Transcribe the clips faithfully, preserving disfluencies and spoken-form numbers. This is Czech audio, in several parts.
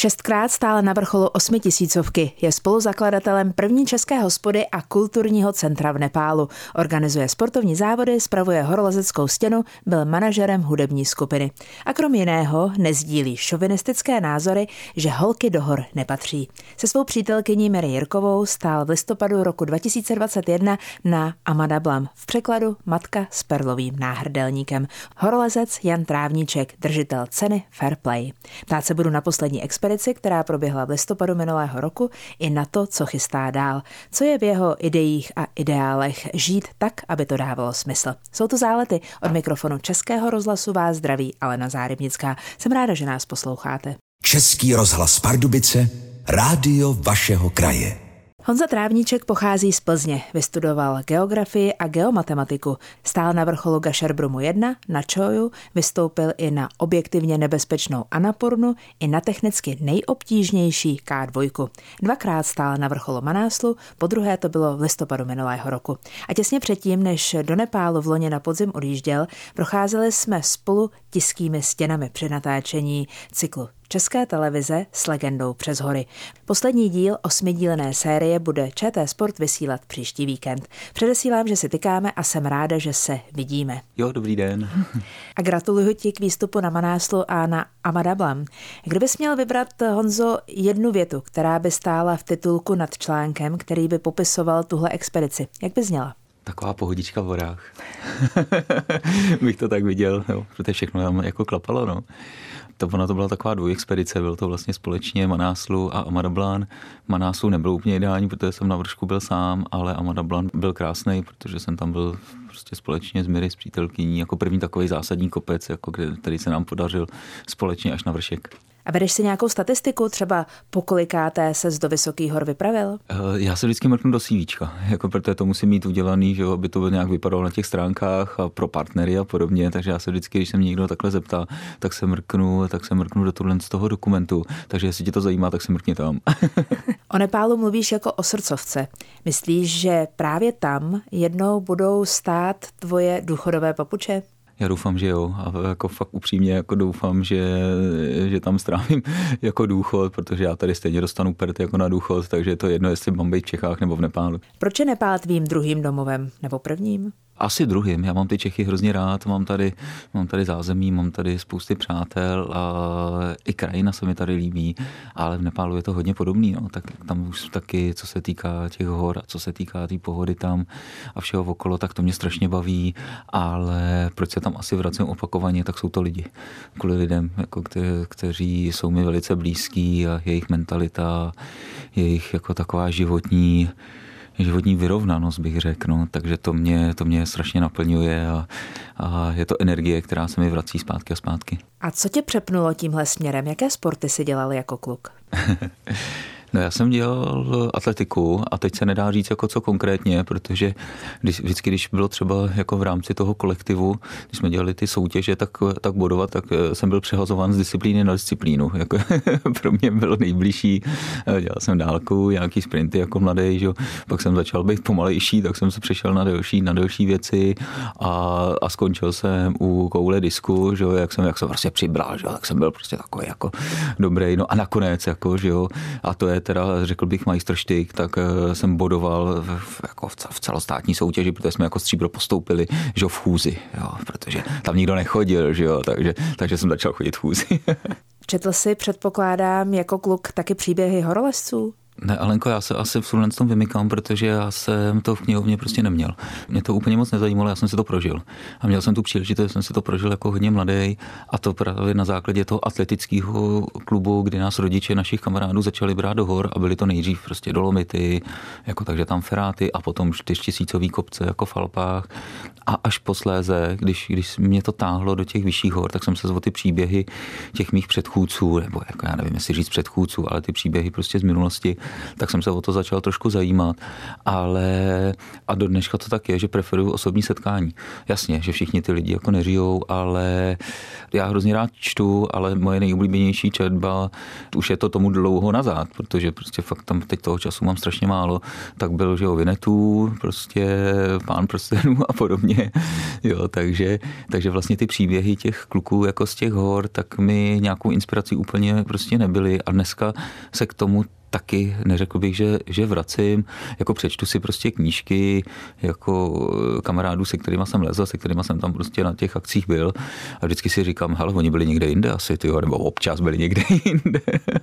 Šestkrát stále na vrcholu osmitisícovky, je spoluzakladatelem první české hospody a kulturního centra v Nepálu. Organizuje sportovní závody, spravuje horolezeckou stěnu, byl manažerem hudební skupiny. A krom jiného nezdílí šovinistické názory, že holky do hor nepatří. Se svou přítelkyní Mary Jirkovou stál v listopadu roku dva tisíce dvacet jedna na Amadablam, v překladu Matka s perlovým náhrdelníkem. Horolezec Jan Trávníček, držitel ceny Fair Play. Ptát se budu na poslední expedici, která proběhla v listopadu minulého roku, i na to, co chystá dál. Co je v jeho ideích a ideálech žít tak, aby to dávalo smysl. Jsou to zálety. Od mikrofonu Českého rozhlasu vás zdraví Alena Zárybnická. Jsem ráda, že nás posloucháte. Český rozhlas Pardubice, rádio vašeho kraje. Honza Trávníček pochází z Plzně, vystudoval geografii a geomatematiku, stál na vrcholu Gašerbrumu jedna, na Čoju, vystoupil i na objektivně nebezpečnou Annapurnu, i na technicky nejobtížnější K dva. Dvakrát stál na vrcholu Manáslu, po druhé to bylo v listopadu minulého roku. A těsně předtím, než do Nepálu v loni na podzim odjížděl, procházeli jsme spolu tiskými stěnami při natáčení cyklu České televize s legendou přes hory. Poslední díl osmidílné série bude Č T Sport vysílat příští víkend. Předesílám, že si tykáme a jsem ráda, že se vidíme. Jo, dobrý den. A gratuluju ti k výstupu na Manáslu a na Amadablam. Kdybys měl vybrat, Honzo, jednu větu, která by stála v titulku nad článkem, který by popisoval tuhle expedici, jak by zněla? Taková pohodička v horách. Bych to tak viděl, jo, protože všechno tam jako klapalo, no. To, ona to byla taková dvojexpedice, bylo to vlastně společně Manáslu a Amadablam. Manáslu nebyl úplně ideální, protože jsem na vršku byl sám, ale Amadablam byl krásný, protože jsem tam byl prostě společně s Mary, s přítelkyní, jako první takový zásadní kopec, jako který se nám podařil společně až na vršek. A vedeš si nějakou statistiku, třeba po kolikáté ses do Vysokých hor vypravil? Já se vždycky mrknu do CVčka, jako protože to musím mít udělaný, že jo, aby to nějak vypadalo na těch stránkách a pro partnery a podobně, takže já se vždycky, když se mě někdo takhle zeptá, tak se mrknu, tak se mrknu do tohle z toho dokumentu, takže jestli tě to zajímá, tak se mrkni tam. O Nepálu mluvíš jako o srdcovce. Myslíš, že právě tam jednou budou stát tvoje důchodové papuče? Já doufám, že jo. A jako fakt upřímně jako doufám, že, že tam strávím jako důchod, protože já tady stejně dostanu pert jako na důchod, takže je to jedno, jestli mám být v Čechách nebo v Nepálu. Proč je Nepál tvým druhým domovem nebo prvním? Asi druhým. Já mám ty Čechy hrozně rád, mám tady, mám tady zázemí, mám tady spousty přátel a i krajina se mi tady líbí, ale v Nepálu je to hodně podobný. No. Tak tam už taky, co se týká těch hor a co se týká té tý pohody tam a všeho okolo, tak to mě strašně baví, ale proč se tam asi vracím opakovaně, tak jsou to lidi. Kvůli lidem, jako kte, kteří jsou mi velice blízký a jejich mentalita, jejich jako taková životní životní vyrovnanost, bych řekl, no. Takže to mě, to mě strašně naplňuje a, a je to energie, která se mi vrací zpátky a zpátky. A co tě přepnulo tímhle směrem? Jaké sporty jsi dělal jako kluk? No, já jsem dělal atletiku a teď se nedá říct jako co konkrétně, protože když, vždycky, když bylo třeba jako v rámci toho kolektivu, když jsme dělali ty soutěže, tak, tak bodovat, tak jsem byl přehazován z disciplíny na disciplínu. Jako, pro mě bylo nejbližší, dělal jsem dálku, nějaký sprinty jako mladý, že? Pak jsem začal být pomalejší, tak jsem se přešel na delší, na delší věci a, a skončil jsem u koule disku, že? Jak jsem, jak jsem prostě přibral, že? Tak jsem byl prostě takový jako dobrý. No a nakonec, jako, že jo, a to je teda, řekl bych, majstrštyk, tak jsem bodoval v, jako v celostátní soutěži, protože jsme jako stříbro postoupili, že jo, v chůzi, jo, protože tam nikdo nechodil, že jo, takže, takže jsem začal chodit v chůzi. Četl jsi, předpokládám, jako kluk taky příběhy horolezců? Ne, Alenko, já se asi v tomhle tom vymykám, protože já jsem to v knihovně prostě neměl. Mě to úplně moc nezajímalo, já jsem si to prožil. A měl jsem tu příležitost, jsem si to prožil jako hodně mladý a to právě na základě toho atletického klubu, kdy nás rodiče našich kamarádů začali brát do hor a byly to nejdřív prostě Dolomity, jako takže tam feráty a potom čtyřtisícový kopce jako v Alpách. A až posléze, když, když mě to táhlo do těch vyšších hor, tak jsem se o ty příběhy těch mých předchůdců, nebo jako já nevím, jestli říct předchůdců, ale ty příběhy prostě z minulosti, tak jsem se o to začal trošku zajímat, ale a do dneška to tak je, že preferuju osobní setkání. Jasně, že všichni ty lidi jako nežijou, ale já hrozně rád čtu, ale moje nejoblíbenější četba, už je to tomu dlouho nazad, protože prostě fakt tam teď toho času mám strašně málo, tak byl, že o Vinetu, prostě Pán prstenů a podobně. Jo, takže, takže vlastně ty příběhy těch kluků jako z těch hor, tak mi nějakou inspirací úplně prostě nebyly a dneska se k tomu taky neřekl bych, že, že vracím, jako přečtu si prostě knížky, jako kamarádů, se kterýma jsem lezl, se kterýma jsem tam prostě na těch akcích byl a vždycky si říkám, hele, oni byli někde jinde asi, tyjo, nebo občas byli někde jinde.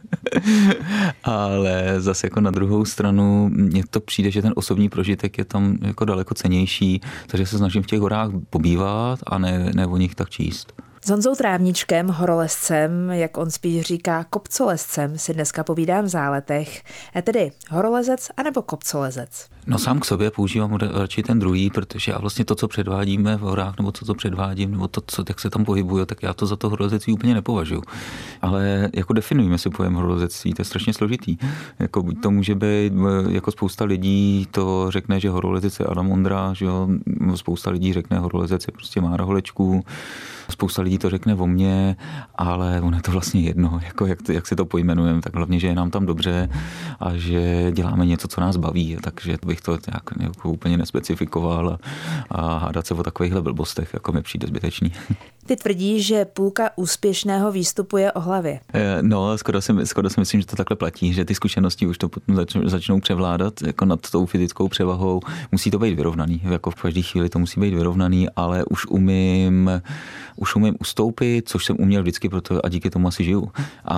Ale zase jako na druhou stranu mně to přijde, že ten osobní prožitek je tam jako daleko cennější, takže se snažím v těch horách pobývat a ne, ne o nich tak číst. S Honzou Trávničkem, horolezcem, jak on spíš říká kopcolezcem, si dneska povídám v Záletech. A tedy horolezec anebo kopcolezec? No sám k sobě používám radši ten druhý, protože a vlastně to, co předvádíme v horách, nebo to, co předvádím, nebo to, co, jak se tam pohybuju, tak já to za to horolezectví úplně nepovažuji. Ale jako definujeme si pojem horolezectví, to je strašně složitý. Jako buď to může být, jako spousta lidí to řekne, že horolezec je Adam Ondra, že jo, spousta lidí řekne horolezec je prostě Mára Holečků, spousta lidí to řekne o mně, ale ono je to vlastně jedno, jako jak, jak si to pojmenujeme, tak hlavně, že je nám tam dobře a že děláme něco, co nás baví, takže bych to nějak jako úplně nespecifikoval a, a hádat se o takovýchhle blbostech, jako mi přijde zbytečný. Ty tvrdíš, že půlka úspěšného výstupu je o hlavě. No, skoro si, skoro si myslím, že to takhle platí, že ty zkušenosti už to potom zač, začnou převládat jako nad tou fyzickou převahou. Musí to být vyrovnaný, jako v každé chvíli to musí být vyrovnaný, ale už umím, už umím ustoupit, což jsem uměl vždycky, proto a díky tomu asi žiju.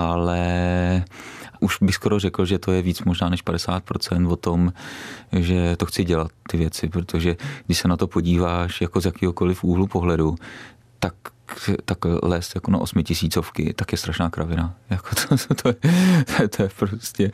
Ale už bych skoro řekl, že to je víc možná než padesát procent o tom, že to chci dělat ty věci, protože když se na to podíváš jako z jakýhokoliv úhlu pohledu, tak tak lézt jako na osmitisícovky, tak je strašná kravina. Jako to, to, to, je, to je prostě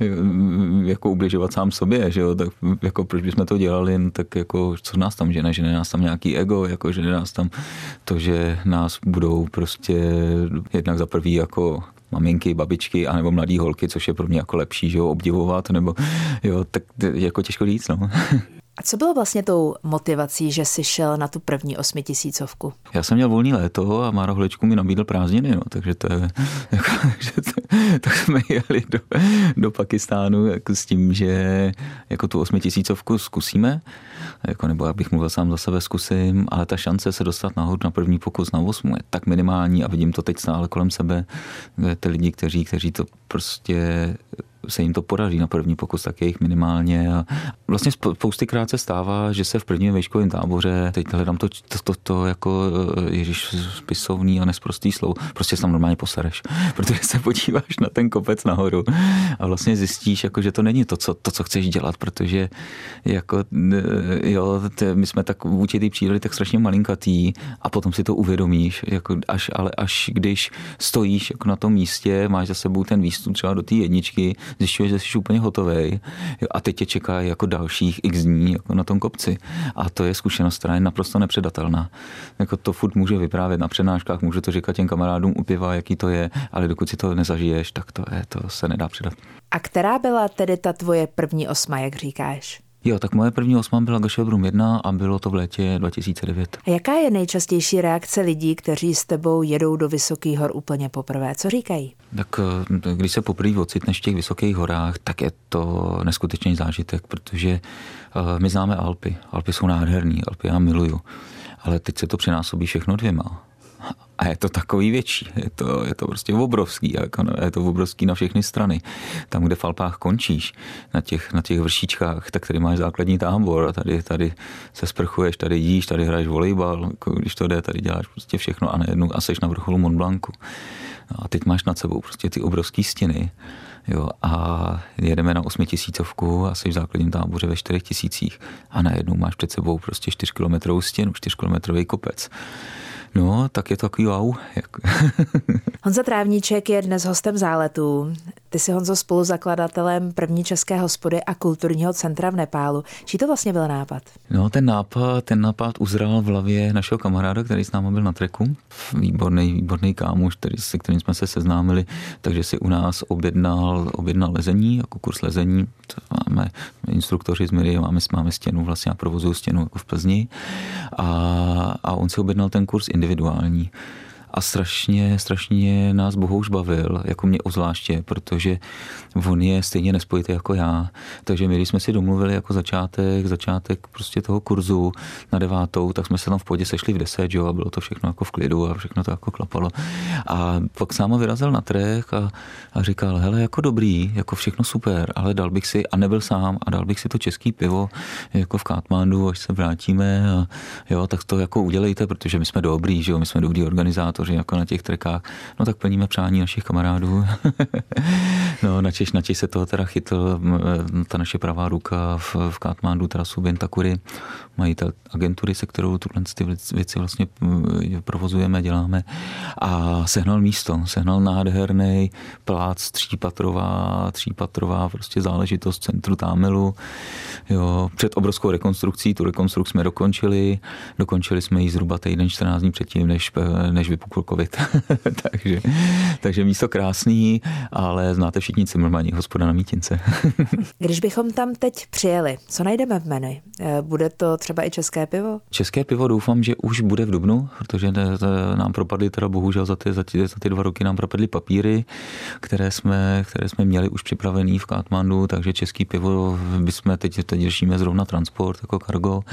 jako ubližovat sám sobě, že jo, tak jako proč bychom to dělali, tak jako co nás tam žene, žene nás tam nějaký ego, jako žene nás tam to, že nás budou prostě jednak za prvý jako maminky, babičky, anebo mladý holky, což je pro mě jako lepší, že jo, obdivovat, nebo jo, tak jako těžko říct, no. A co bylo vlastně tou motivací, že jsi šel na tu první osmitisícovku? Já jsem měl volný léto a Mára Holečku mi nabídl prázdniny, no, takže to je, jako, takže to, tak jsme jeli do, do Pakistánu jako s tím, že jako tu osmitisícovku zkusíme, jako, nebo abych mluvil sám za sebe, zkusím, ale ta šance se dostat nahoru na první pokus na osmu je tak minimální a vidím to teď stále kolem sebe, ty lidi, kteří, kteří to prostě se jim to podaří na první pokus, tak je jich minimálně. A vlastně spoustykrát se stává, že se v prvním vejškovém táboře, teď hledám to, to, to, to jako ježiš spisovný a nesprostý slovo, prostě se tam normálně posereš, protože se podíváš na ten kopec nahoru a vlastně zjistíš, jako, že to není to co, to, co chceš dělat, protože jako, jo, my jsme tak vůči té přírody tak strašně malinkatý a potom si to uvědomíš, jako až, ale až když stojíš jako na tom místě, máš za sebou ten výstup třeba do té jedničky, zjišťuješ, že jsi úplně hotovej a teď tě čeká jako dalších x dní jako na tom kopci. A to je zkušenost, která je naprosto nepředatelná. Jako to furt může vyprávět na přednáškách, může to říkat těm kamarádům u piva, jaký to je, ale dokud si to nezažiješ, tak to je, to se nedá předat. A která byla tedy ta tvoje první osma, jak říkáš? Jo, tak moje první osma byla Gašelbrum jedna a bylo to v létě dva tisíce devět. A jaká je nejčastější reakce lidí, kteří s tebou jedou do Vysokých hor úplně poprvé? Co říkají? Tak když se poprvé ocitneš v těch Vysokých horách, tak je to neskutečný zážitek, protože my známe Alpy. Alpy jsou nádherný, Alpy já miluju. Ale teď se to přenásobí všechno dvěma. A je to takový větší, je to, je to prostě obrovský, jako, je to obrovský na všechny strany. Tam, kde v Alpách končíš, na těch, na těch vršičkách, tak tady máš základní tábor a tady, tady se sprchuješ, tady jíš, tady hraješ volejbal, jako, když to jde, tady děláš prostě všechno a najednou a seš na vrcholu Mont Blancu. No a teď máš nad sebou prostě ty obrovský stěny. Jo, a jedeme na osmitisícovku a jsi v základním táboře ve čtyřech tisících a najednou máš před sebou prostě čtyřkilometrovou stěnu, čtyřkilometrový kopec. No, tak je to takový wow. Honza Trávníček je dnes hostem Záletů. Ty jsi, Honzo, spoluzakladatelem první české hospody a kulturního centra v Nepálu. Čí to vlastně byl nápad? No, ten nápad, ten nápad uzrál v hlavě našeho kamaráda, který s námi byl na treku. Výborný, výborný kámoš, který, se kterým jsme se seznámili, takže si u nás objednal, objednal lezení, jako kurz lezení. Máme instruktoři z Miry, máme, máme stěnu, vlastně já provozuju stěnu jako v Plzni. A, a on si objednal ten kurz individuální. A strašně, strašně nás Bohouš bavil, jako mě ozvláště, protože on je stejně nespojitý jako já. Takže my, když jsme si domluvili jako začátek, začátek prostě toho kurzu na devátou, tak jsme se tam v pohodě sešli v deset, jo, a bylo to všechno jako v klidu a všechno to jako klapalo. A pak sám vyrazil na trh a, a říkal, hele, jako dobrý, jako všechno super, ale dal bych si, a nebyl sám, a dal bych si to český pivo jako v Katmandu, až se vrátíme, a jo, tak to jako udělejte, protože my jsme dobrý, že jo, my jsme dobrý organizátor, jako na těch trekách, no tak plníme přání našich kamarádů. No, načež, načež se toho teda chytl ta naše pravá ruka v, v Katmandu, teda Subin Takuri, majitel agentury, se kterou tuhle ty věci vlastně provozujeme, děláme, a sehnal místo, sehnal nádherný plác, třípatrová, třípatrová prostě záležitost v centru Támilu, jo, před obrovskou rekonstrukcí, tu rekonstrukci jsme dokončili, dokončili jsme ji zhruba týden, čtrnáct dní předtím, než, než vypukl covid. takže, takže místo krásný, ale znáte všichni Cimrmani, hospoda na Mítince. Když bychom tam teď přijeli, co najdeme v menu? Bude to třeba i české pivo? České pivo doufám, že už bude v dubnu, protože nám propadly teda bohužel za ty, za ty, za ty dva roky nám propadly papíry, které jsme, které jsme měli už připravený v Katmandu, takže český pivo bychom teď, teď řešíme zrovna transport jako cargo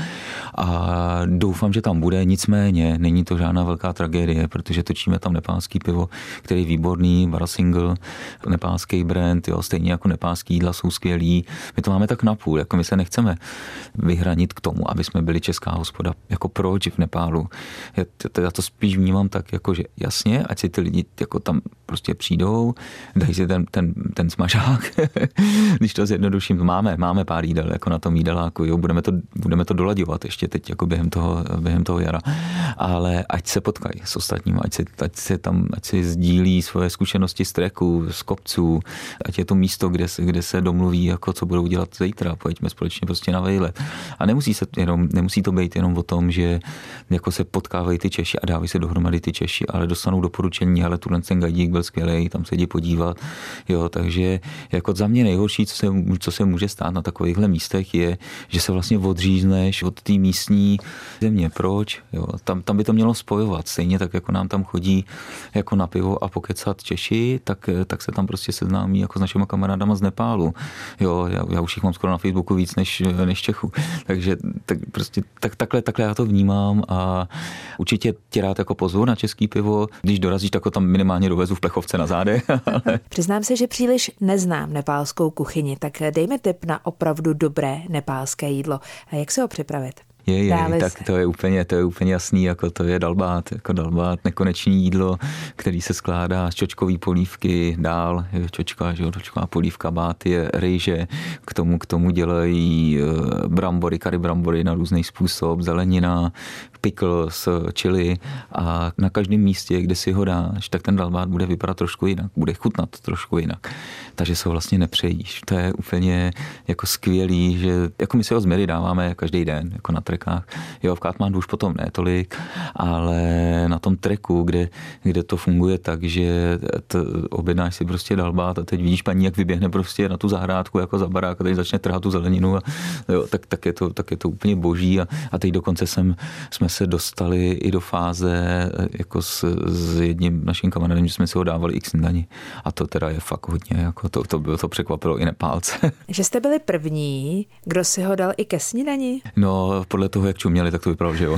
a doufám, že tam bude, nicméně není to žádná velká tragédie, protože točíme tam nepálský pivo, který je výborný, Barasingle, nepálský brand, jo, stejně jako nepálský jídla jsou skvělý. My to máme tak napůl, jako my se nechceme vyhranit k tomu, aby jsme byli česká hospoda. Jako proč v Nepálu? Já, já to spíš vnímám tak, jako že jasně, ať si ty lidi jako tam prostě přijdou, dají si ten, ten, ten smažák, když to zjednoduším, máme, máme pár jídel jako na tom jídeláku, jo, budeme to, budeme to dolaďovat ještě teď jako během toho, během toho jara, ale ať se potkají s ostatními, ať si, ať si tam, ať si sdílí svoje zkušenosti z treku, z kopců, ať je to místo, kde se, kde se domluví, jako co budou dělat zítra, pojďme společně prostě na vejlet. A nemusí se jenom, nemusí to být jenom o tom, že jako se potkávají ty Češi a dávají se dohromady ty Češi, ale dostanou doporučení, ale tuhle ten gajdík byl skvělej, tam se jdi podívat, jo, takže jako za mě nejhorší, co se, co se může stát na takovýchhle místech, je, že se vlastně odřízneš od té místní země. Proč? Jo, tam, tam by to mělo spojovat, stejně tak, jako nám tam chodí jako na pivo a pokecat Češi, tak, tak se tam prostě seznámí jako s našimi kamarádama z Nepálu. Jo, já, já už jich mám skoro na Facebooku víc než, než Čechů. Takže tak prostě tak, takhle, takhle já to vnímám a určitě tě rád jako pozvu na český pivo. Když dorazíš, tak ho tam minimálně dovezu v plechovce na zádech. Přiznám se, že příliš neznám nepálskou kuchyni, tak dejme tip na opravdu dobré nepálské jídlo. A jak se ho připravit? Je, je, tak to je úplně, to je úplně jasný, jako to je dalbát, jako dalbát, nekonečný jídlo, který se skládá z čočkový polívky, dál, je čočka, že jo, čočková polívka, bát je rejže, k tomu, k tomu dělají brambory, kary brambory na různý způsob, zelenina, pickles, chili a na každém místě, kde si ho dáš, tak ten dalbát bude vypadat trošku jinak, bude chutnat trošku jinak. Takže se ho vlastně nepřejíš. To je úplně jako skvělý, že jako my si ho z Miry dáváme každý den, jako na trekách. Jo, v Katmandu už potom ne tolik, ale na tom treku, kde, kde to funguje tak, že t, objednáš si prostě dalbát a teď vidíš paní, jak vyběhne prostě na tu zahrádku jako za barák a teď začne trhat tu zeleninu a jo, tak, tak, je to, tak je to úplně boží a, a teď dokonce jsem, jsme se dostali i do fáze jako s, s jedním naším kamarádem, že jsme si ho dávali i k snídani. A to teda je fakt hodně, jako to, to, to překvapilo i Nepálce. Že jste byli první, kdo si ho dal i ke snídani? No, podle toho, jak čuměli, tak to vypadalo, že jo.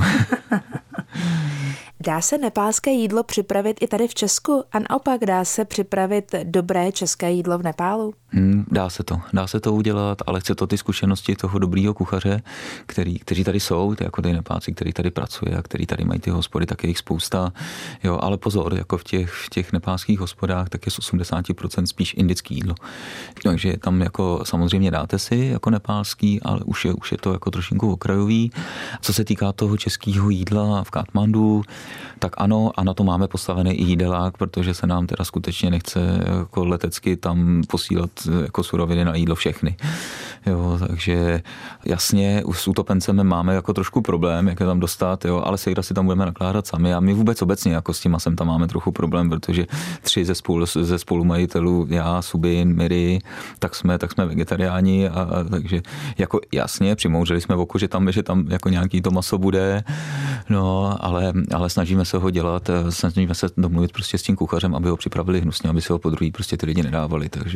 Dá se nepálské jídlo připravit i tady v Česku? A naopak dá se připravit dobré české jídlo v Nepálu? Hmm, dá se to. Dá se to udělat, ale chce to ty zkušenosti toho dobrýho kuchaře, který, kteří tady jsou, ty jako ty Nepálci, který tady pracuje a který tady mají ty hospody, tak je jich spousta. Jo, ale pozor, jako v těch, v těch nepálských hospodách, tak je z osmdesát procent spíš indický jídlo. Takže tam jako samozřejmě dáte si jako nepálský, ale už je, už je to jako trošinku okrajový. Co se týká toho českého jídla v Katmandu, tak ano, a na to máme postavený i jídelák, protože se nám teda skutečně nechce jako letecky tam posílat jako suroviny na jídlo všechny. Jo, takže jasně, s utopencem máme jako trošku problém, jak je tam dostat, jo, ale sejra si tam budeme nakládat sami a my vůbec obecně jako s tím masem tam máme trochu problém, protože tři ze, spolu, ze spolumajitelů, já, Subin, Miri, tak jsme, tak jsme vegetariáni a, a takže jako jasně, přimouřili jsme v oku, že tam, že tam jako nějaký to maso bude, no, ale, ale snažíme se ho dělat, snažíme se domluvit prostě s tím kuchařem, aby ho připravili hnusně, aby se ho po druhý prostě ty lidi nedávali, takže.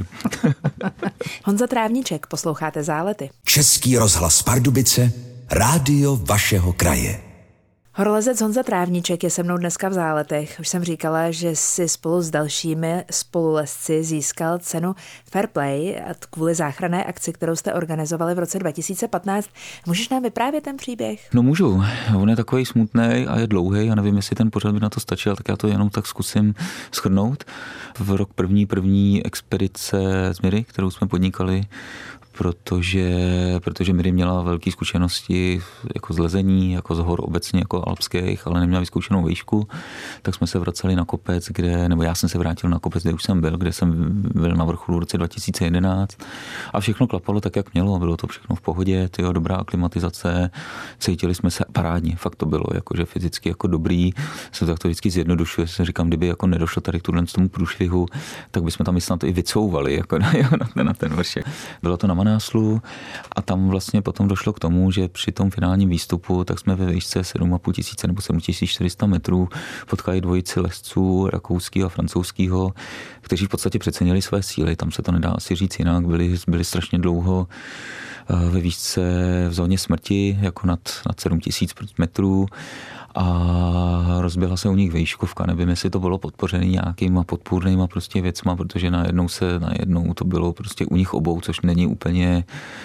Honza Trávníček, posloucháte Zálety. Český rozhlas Pardubice, rádio vašeho kraje. Horolezec Honza Trávníček je se mnou dneska v Záletech. Už jsem říkala, že si spolu s dalšími spolulezci získal cenu Fair Play kvůli záchranné akci, kterou jste organizovali v roce dva tisíce patnáct. Můžeš nám vyprávět ten příběh? No můžu. On je takový smutný a je dlouhý. Já nevím, jestli ten pořad by na to stačil, tak já to jenom tak zkusím shrnout. V rok první, první expedice z Miri, kterou jsme podnikali, protože, protože Miri měla velké zkušenosti jako z lezení, jako z hor obecně, jako alpských, ale neměla vyzkoušenou výšku, tak jsme se vraceli na kopec, kde, nebo já jsem se vrátil na kopec, kde už jsem byl, kde jsem byl na vrcholu v roce dva tisíce jedenáct a všechno klapalo tak, jak mělo, bylo to všechno v pohodě, tyjo, dobrá klimatizace, cítili jsme se parádně, fakt to bylo, jakože fyzicky jako dobrý, se tak to vždycky zjednodušuje, se říkám, kdyby jako nedošlo tady k tomu průšvihu, tak bychom tam snad i vycouvali, jako na, na, na ten vršek. Bylo to na Náslu a tam vlastně potom došlo k tomu, že při tom finálním výstupu tak jsme ve výšce sedm a půl tisíce nebo sedm tisíc čtyři sta metrů potkali dvojici lezců rakouského a francouzského, kteří v podstatě přecenili své síly. Tam se to nedá asi říct jinak. Byli, byli strašně dlouho ve výšce v zóně smrti, jako nad, nad sedm tisíc metrů a rozběhla se u nich výškovka. Nevím, jestli to bylo podpořené nějakýma podpůrnýma prostě věcma, protože najednou se, najednou to bylo prostě u nich obou, což není úplně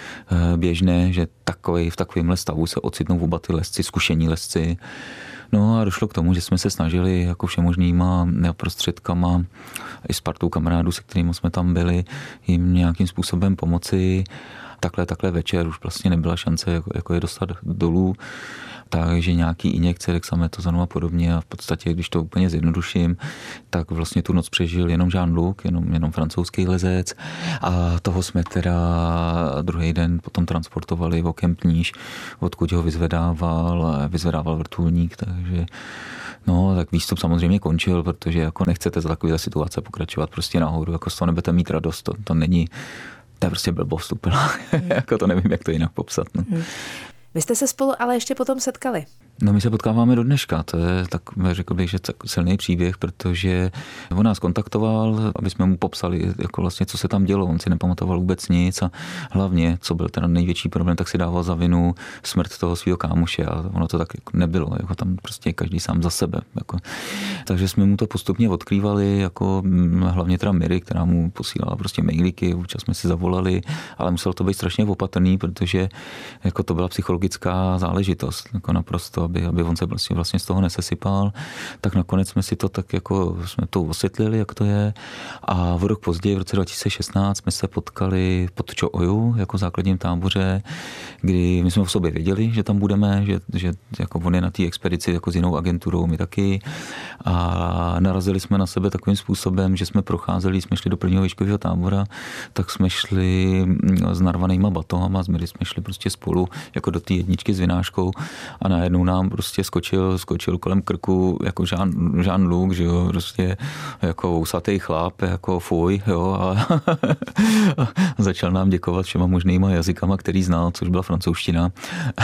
běžné, že takovej, v takovémhle stavu se ocitnou oba ty lezci, zkušení lezci. No a došlo k tomu, že jsme se snažili jako všemožnýma prostředkama i s partou kamarádů, se kterými jsme tam byli, jim nějakým způsobem pomoci. Takhle, takhle večer už vlastně nebyla šance jako, jako je dostat dolů. Takže nějaký injekce, dexametazonu a podobně a v podstatě, když to úplně zjednoduším, tak vlastně tu noc přežil jenom Jean-Luc, jenom, jenom francouzský lezec a toho jsme teda druhý den potom transportovali v Kempníž, odkud ho vyzvedával, vyzvedával vrtulník, takže no, tak výstup samozřejmě končil, protože jako nechcete za takové situace pokračovat prostě nahoru, jako z toho nebudete mít radost, to, to není, to je prostě blbost úplně, jako to nevím, jak to jinak popsat, no. Hmm. Vy jste se spolu ale ještě potom setkali. No my se potkáváme do dneška, to je tak, řekl bych, že tak silný příběh, protože on nás kontaktoval, aby jsme mu popsali, jako vlastně, co se tam dělo, on si nepamatoval vůbec nic a hlavně, co byl ten největší problém, tak si dával za vinu smrt toho svého kámoše a ono to tak jako nebylo, jako tam prostě každý sám za sebe. Jako. Takže jsme mu to postupně odkrývali, jako hlavně teda Miri, která mu posílala prostě mailíky, občas jsme si zavolali, ale muselo to být strašně opatrný, protože jako to byla psychologická záležitost, jako naprosto, aby, aby on se vlastně, vlastně z toho nesesypal, tak nakonec jsme si to tak jako, jsme to osvětlili, jak to je a v rok později, v roce dva tisíce šestnáct jsme se potkali pod Čooju, jako základním táboře, kdy my jsme v sobě věděli, že tam budeme, že, že jako on je na té expedici jako s jinou agenturou, my taky a narazili jsme na sebe takovým způsobem, že jsme procházeli, jsme šli do prvního výškového tábora, tak jsme šli s narvanýma batohama, jsme šli prostě spolu jako do té jedničky s vináškou a najednou nám prostě skočil, skočil kolem krku jako Jean, Jean-Luc, že jo, prostě jako vousatý chlap, jako fuj, jo, a, a začal nám děkovat všema možnýma jazykama, který znal, což byla francouzština.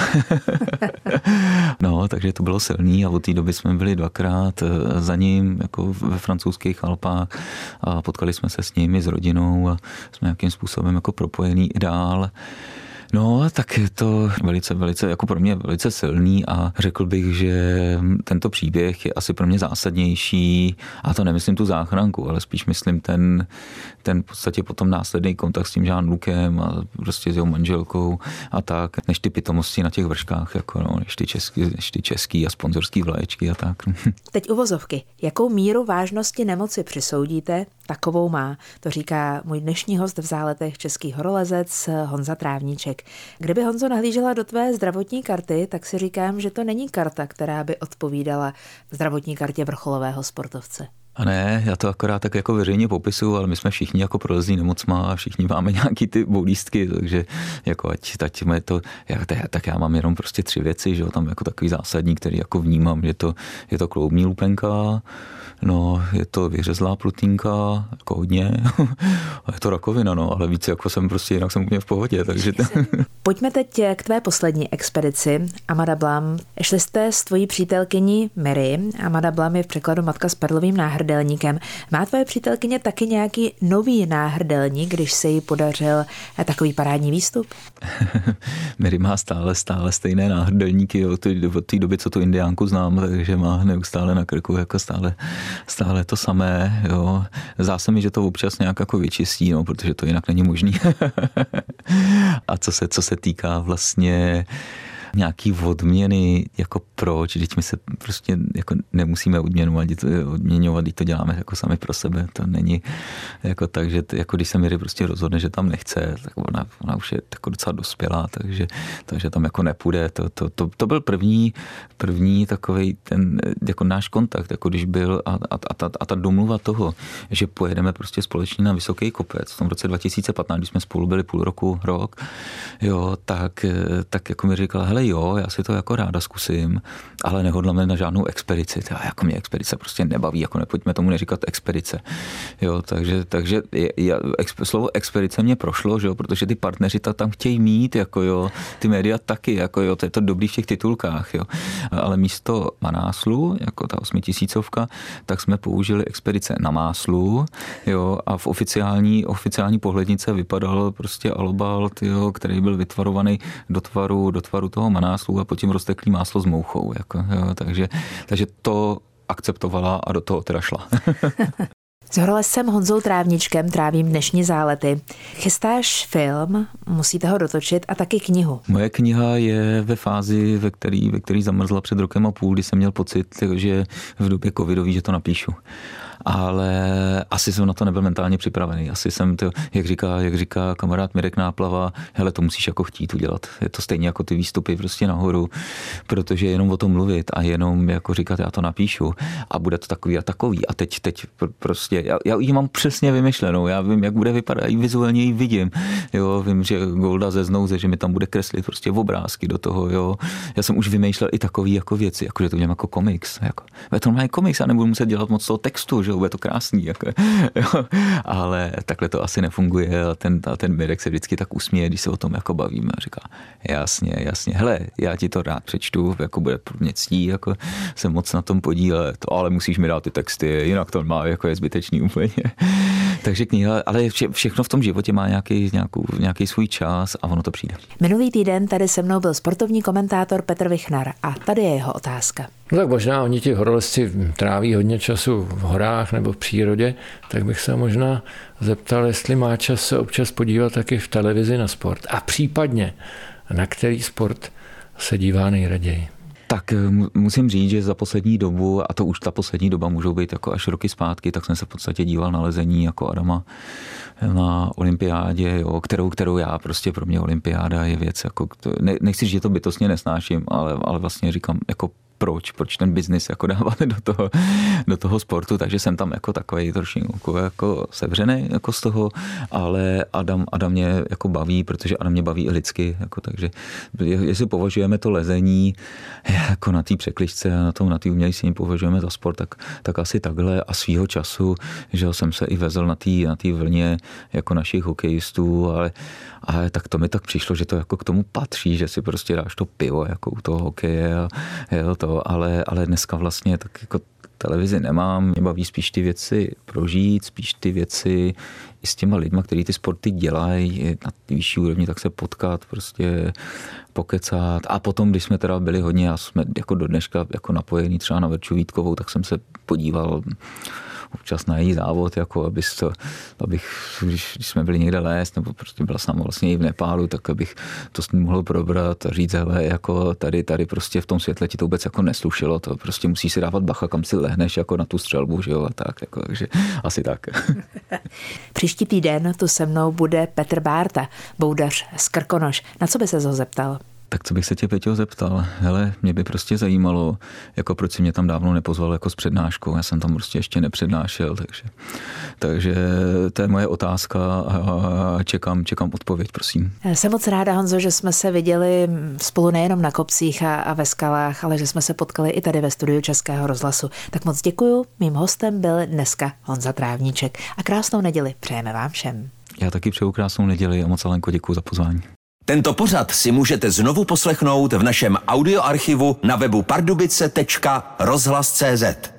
No, takže to bylo silný a od té doby jsme byli dvakrát za ním, jako ve francouzských Alpách a potkali jsme se s nimi, s rodinou a jsme nějakým způsobem jako propojení i dál. No, tak je to velice, velice, jako pro mě velice silný a řekl bych, že tento příběh je asi pro mě zásadnější a to nemyslím tu záchranku, ale spíš myslím ten, ten v podstatě potom následný kontakt s tím Jean-Lucem a prostě s jeho manželkou a tak, než ty pitomosti na těch vrškách, jako no, než ty český, než ty český a sponzorský vlaječky a tak. Teď uvozovky. Jakou míru vážnosti nemoci přisoudíte, takovou má. To říká můj dnešní host v Záletech, český horolezec Honza Trávníček. člověk. Kdyby, Honzo, nahlížela do tvé zdravotní karty, tak si říkám, že to není karta, která by odpovídala zdravotní kartě vrcholového sportovce. A ne, já to akorát tak jako veřejně popisuju, ale my jsme všichni jako prolezlí nemocná a všichni máme nějaký ty bolístky, takže jako ať, ať mě to, jak, tak já mám jenom prostě tři věci, že jo, tam jako takový zásadní, který jako vnímám, že to, je to kloubní lupenka, no, je to vyřezlá plutínka, jako hodně, a je to rakovina, no, ale víc jako jsem prostě, jinak jsem úplně v pohodě, takže... Pojďme teď k tvé poslední expedici, Amada Blam. Šli jste s tvojí přítelkyní Mary. Amada Blam je v překladu matka s perlovým náhrdelníkem. Má tvoje přítelkyně taky nějaký nový náhrdelník, když se jí podařil takový parádní výstup? Mary má stále, stále stejné náhrdelníky od té doby, co tu indiánku znám, takže má neustále na krku jako stále, stále to samé. Jo. Zdá se mi, že to občas nějak jako vyčistí, no, protože to jinak není možný. A co se, co se týká vlastně nějaký odměny, jako proč, když my se prostě jako nemusíme odměňovat, odměňovat, když to děláme jako sami pro sebe, to není jako tak, že jako když se Miri prostě rozhodne, že tam nechce, tak ona, ona už je jako docela dospělá, takže, takže tam jako nepůjde. To, to, to, to byl první, první takovej ten jako náš kontakt, jako když byl a, a, a, ta, a ta domluva toho, že pojedeme prostě společně na Vysoký kopec v tom roce dva tisíce patnáct, když jsme spolu byli půl roku, rok, jo, tak, tak jako mi říkala, hele jo, já si to jako ráda zkusím, ale nehodláme na žádnou expedici. To jako mě expedice prostě nebaví, jako nepojďme tomu neříkat expedice. Jo, takže, takže já, exp, slovo expedice mě prošlo, že jo, protože ty partneři to tam chtějí mít, jako jo, ty média taky, jako jo, to je to dobrý v těch titulkách, jo. Ale místo Manáslu, jako ta osmitisícovka, tak jsme použili expedice na Máslu, jo, a v oficiální, oficiální pohlednice vypadal prostě alobalt, jo, který byl vytvarovaný do tvaru, do tvaru toho Manáslu a potom rozteklý máslo s mouchou, jako, jo, takže, takže to akceptovala a do toho teda šla. S horolezcem Honzou Trávničkem trávím dnešní zálety. Chystáš film, musíte ho dotočit, a taky knihu. Moje kniha je ve fázi, ve který, ve který zamrzla před rokem a půl, kdy jsem měl pocit, že v době covidový, že to napíšu. Ale asi jsem na to nebyl mentálně připravený. Asi jsem to, jak říká, jak říká kamarád Mirek Náplava, hele, to musíš jako chtít udělat. Je to stejně jako ty výstupy prostě nahoru, protože jenom o tom mluvit a jenom jako říkat, já to napíšu a bude to takový a takový. A teď, teď prostě, já, já ji mám přesně vymyšlenou, já vím, jak bude vypadat, i vizuálně ji vidím. Jo, vím, že Golda ze Znouze, že mi tam bude kreslit prostě obrázky do toho, jo. Já jsem už vymýšlel i takový jako věci, jako že to udělám jako komiks, jako. To má komiks, já nebudu muset dělat moc toho textu, že bude to krásný, jako, jo. Ale takhle to asi nefunguje a ten, a ten Mirek se vždycky tak usměje, když se o tom jako bavíme a říká, jasně, jasně, hele, já ti to rád přečtu, jako bude pro mě ctí, jako se moc na tom podílet, ale musíš mi dát ty texty, jinak to má, jako je zbytečný úplně. Takže kniha, ale vše, všechno v tom životě má nějaký, nějakou, nějaký svůj čas a ono to přijde. Minulý týden tady se mnou byl sportovní komentátor Petr Vichnar a tady je jeho otázka. No tak možná oni ti horolezci tráví hodně času v horách nebo v přírodě, tak bych se možná zeptal, jestli má čas se občas podívat taky v televizi na sport a případně na který sport se dívá nejraději. Tak musím říct, že za poslední dobu, a to už ta poslední doba můžou být jako až roky zpátky, tak jsem se v podstatě díval na lezení jako Adama na olympiádě, jo, kterou, kterou já prostě, pro mě olympiáda je věc, jako, ne, nechci říct, že to bytostně nesnáším, ale, ale vlastně říkám, jako proč, proč ten biznis jako dáváme do toho, do toho sportu, takže jsem tam jako takovej trošku jako sevřený jako z toho, ale Adam, Adam mě jako baví, protože Adam mě baví i lidsky, jako takže jestli považujeme to lezení jako na té překližce a na tom, na té umělé síni považujeme za sport, tak, tak asi takhle a svýho času, že jsem se i vezl na té na té vlně jako našich hokejistů, ale, ale tak to mi tak přišlo, že to jako k tomu patří, že si prostě dáš to pivo jako u toho hokeje a jo, to Ale, ale dneska vlastně tak jako televizi nemám. Mě baví spíš ty věci prožít, spíš ty věci i s těma lidma, kteří ty sporty dělají na vyšší úrovni, tak se potkat, prostě pokecat. A potom, když jsme teda byli hodně, a jsme jako do dneška jako napojení třeba na Verču Vítkovou, tak jsem se podíval občas na její závod, jako abych, to, abych když, když jsme byli někde lézt, nebo prostě byla jsem vlastně i v Nepálu, tak abych to s ním mohl probrat a říct, hele, jako tady, tady prostě v tom světle ti to vůbec jako neslušilo, to prostě musí si dávat bacha, kam si lehneš jako na tu střelbu, že jo, a tak, jako, takže asi tak. Příští týden tu se mnou bude Petr Bárta, boudař z Krkonoš. Na co by se ho zeptal? Tak co bych se tě, Peťo, zeptal? Hele, mě by prostě zajímalo, jako proč si mě tam dávno nepozval jako s přednáškou. Já jsem tam prostě ještě nepřednášel, takže, takže to je moje otázka a čekám, čekám odpověď, prosím. Jsem moc ráda, Honzo, že jsme se viděli spolu nejenom na kopcích a, a ve skalách, ale že jsme se potkali i tady ve studiu Českého rozhlasu. Tak moc děkuju. Mým hostem byl dneska Honza Trávníček. A krásnou neděli přejeme vám všem. Já taky přeju krásnou neděli a moc, Alenko, děkuju za pozvání. Tento pořad si můžete znovu poslechnout v našem audioarchivu na webu pardubice tečka rozhlas tečka cé zet.